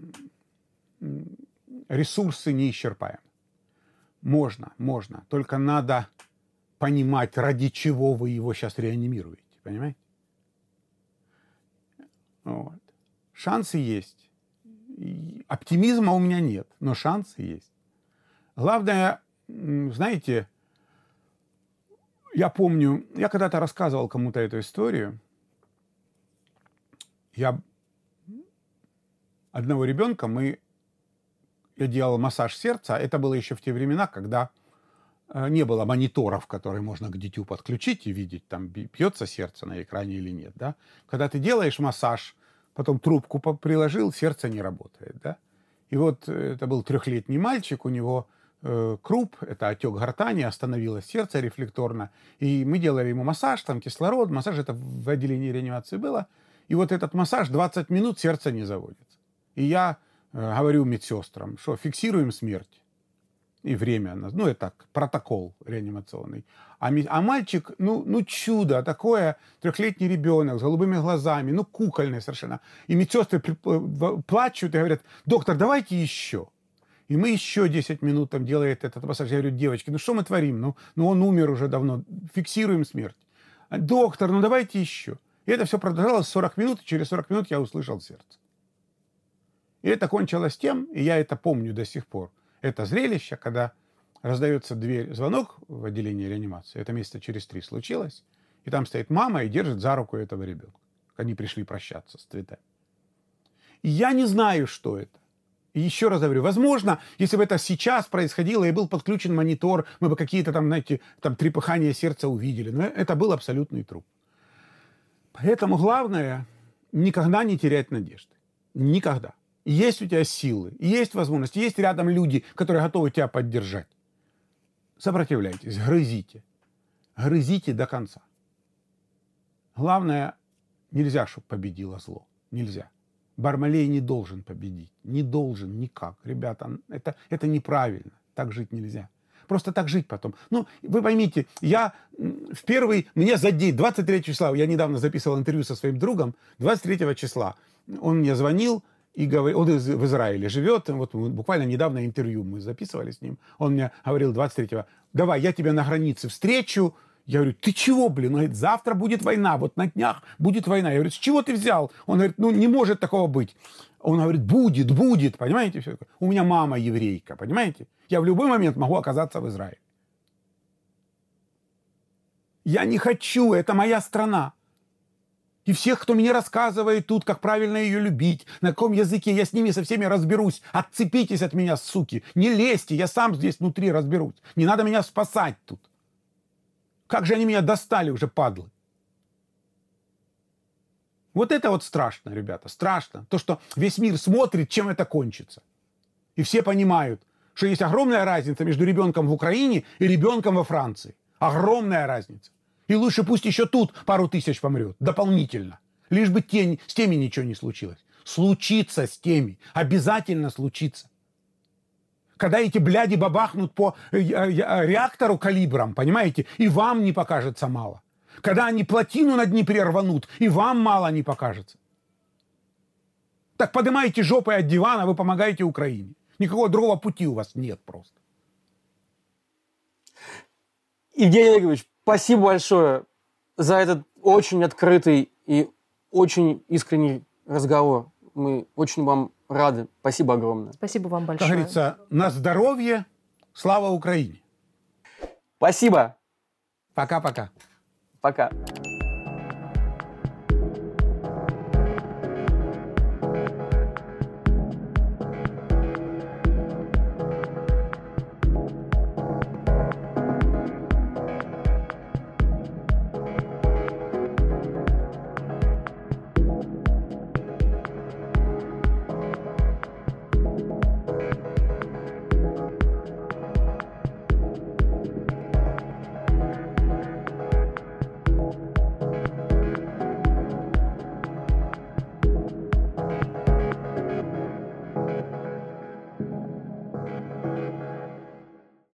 [SPEAKER 1] ресурсы неисчерпаемы. Можно, можно. Только надо понимать, ради чего вы его сейчас реанимируете. Понимаете? Вот. Шансы есть. И оптимизма у меня нет, но шансы есть. Главное, знаете, я помню, я когда-то рассказывал кому-то эту историю. Я одного ребенка, мы, я делал массаж сердца. Это было еще в те времена, когда не было мониторов, которые можно к дитю подключить и видеть, там бьется сердце на экране или нет. Да? Когда ты делаешь массаж, потом трубку приложил, сердце не работает. Да? И вот это был трехлетний мальчик, у него э, круп, это отек гортани, остановилось сердце рефлекторно. И мы делали ему массаж, там кислород, массаж, это в отделении реанимации было. И вот этот массаж двадцать минут сердце не заводится. И я э, говорю медсестрам, что фиксируем смерть. И время, ну это так, протокол реанимационный. А, а мальчик, ну, ну чудо, такое, трехлетний ребенок с голубыми глазами, ну кукольный совершенно. И медсестры плачут и говорят, доктор, давайте еще. И мы еще десять минут там делаем этот массаж. Я говорю, девочки, ну что мы творим? Ну, ну он умер уже давно, фиксируем смерть. Доктор, ну давайте еще. И это все продолжалось сорок минут, и через сорок минут я услышал сердце. И это кончилось тем, и я это помню до сих пор, это зрелище, когда раздается дверь, звонок в отделении реанимации, это месяца через три случилось, и там стоит мама и держит за руку этого ребенка. Они пришли прощаться с цветами. И я не знаю, что это. И еще раз говорю, возможно, если бы это сейчас происходило и был подключен монитор, мы бы какие-то там, знаете, там трепыхания сердца увидели, но это был абсолютный труп. Поэтому главное никогда не терять надежды. Никогда. Есть у тебя силы, есть возможности, есть рядом люди, которые готовы тебя поддержать. Сопротивляйтесь, грызите. Грызите до конца. Главное, нельзя, чтобы победило зло. Нельзя. Бармалей не должен победить. Не должен никак. Ребята, это, это неправильно. Так жить нельзя. Просто так жить потом. Ну, вы поймите, я в первый, мне за день, двадцать третьего числа, я недавно записывал интервью со своим другом, двадцать третьего числа он мне звонил, и говорил, он из, в Израиле живет, вот буквально недавно интервью мы записывали с ним, он мне говорил двадцать третьего, давай, я тебя на границе встречу. Я говорю, ты чего, блин? Он говорит, завтра будет война, вот на днях будет война. Я говорю, с чего ты взял? Он говорит, ну не может такого быть. Он говорит, будет, будет, понимаете? Все. У меня мама еврейка, понимаете? Я в любой момент могу оказаться в Израиле. Я не хочу, это моя страна. И всех, кто мне рассказывает тут, как правильно ее любить, на каком языке, я с ними со всеми разберусь. Отцепитесь от меня, суки. Не лезьте, я сам здесь внутри разберусь. Не надо меня спасать тут. Как же они меня достали уже, падлы. Вот это вот страшно, ребята, страшно. То, что весь мир смотрит, чем это кончится. И все понимают, что есть огромная разница между ребенком в Украине и ребенком во Франции. Огромная разница. И лучше пусть еще тут пару тысяч помрет, дополнительно. Лишь бы те, с теми ничего не случилось. Случится с теми. Обязательно случится. Когда эти бляди бабахнут по реактору калибром, понимаете, и вам не покажется мало. Когда они плотину на Днепре рванут, и вам мало не покажется. Так поднимайте жопой от дивана, вы помогаете Украине. Никакого другого пути у вас нет просто.
[SPEAKER 3] Евгений Олегович, спасибо большое за этот очень открытый и очень искренний разговор. Мы очень вам рады. Спасибо огромное.
[SPEAKER 2] Спасибо вам большое.
[SPEAKER 1] Как говорится, на здоровье, слава Украине.
[SPEAKER 3] Спасибо.
[SPEAKER 1] Пока-пока.
[SPEAKER 3] Пока.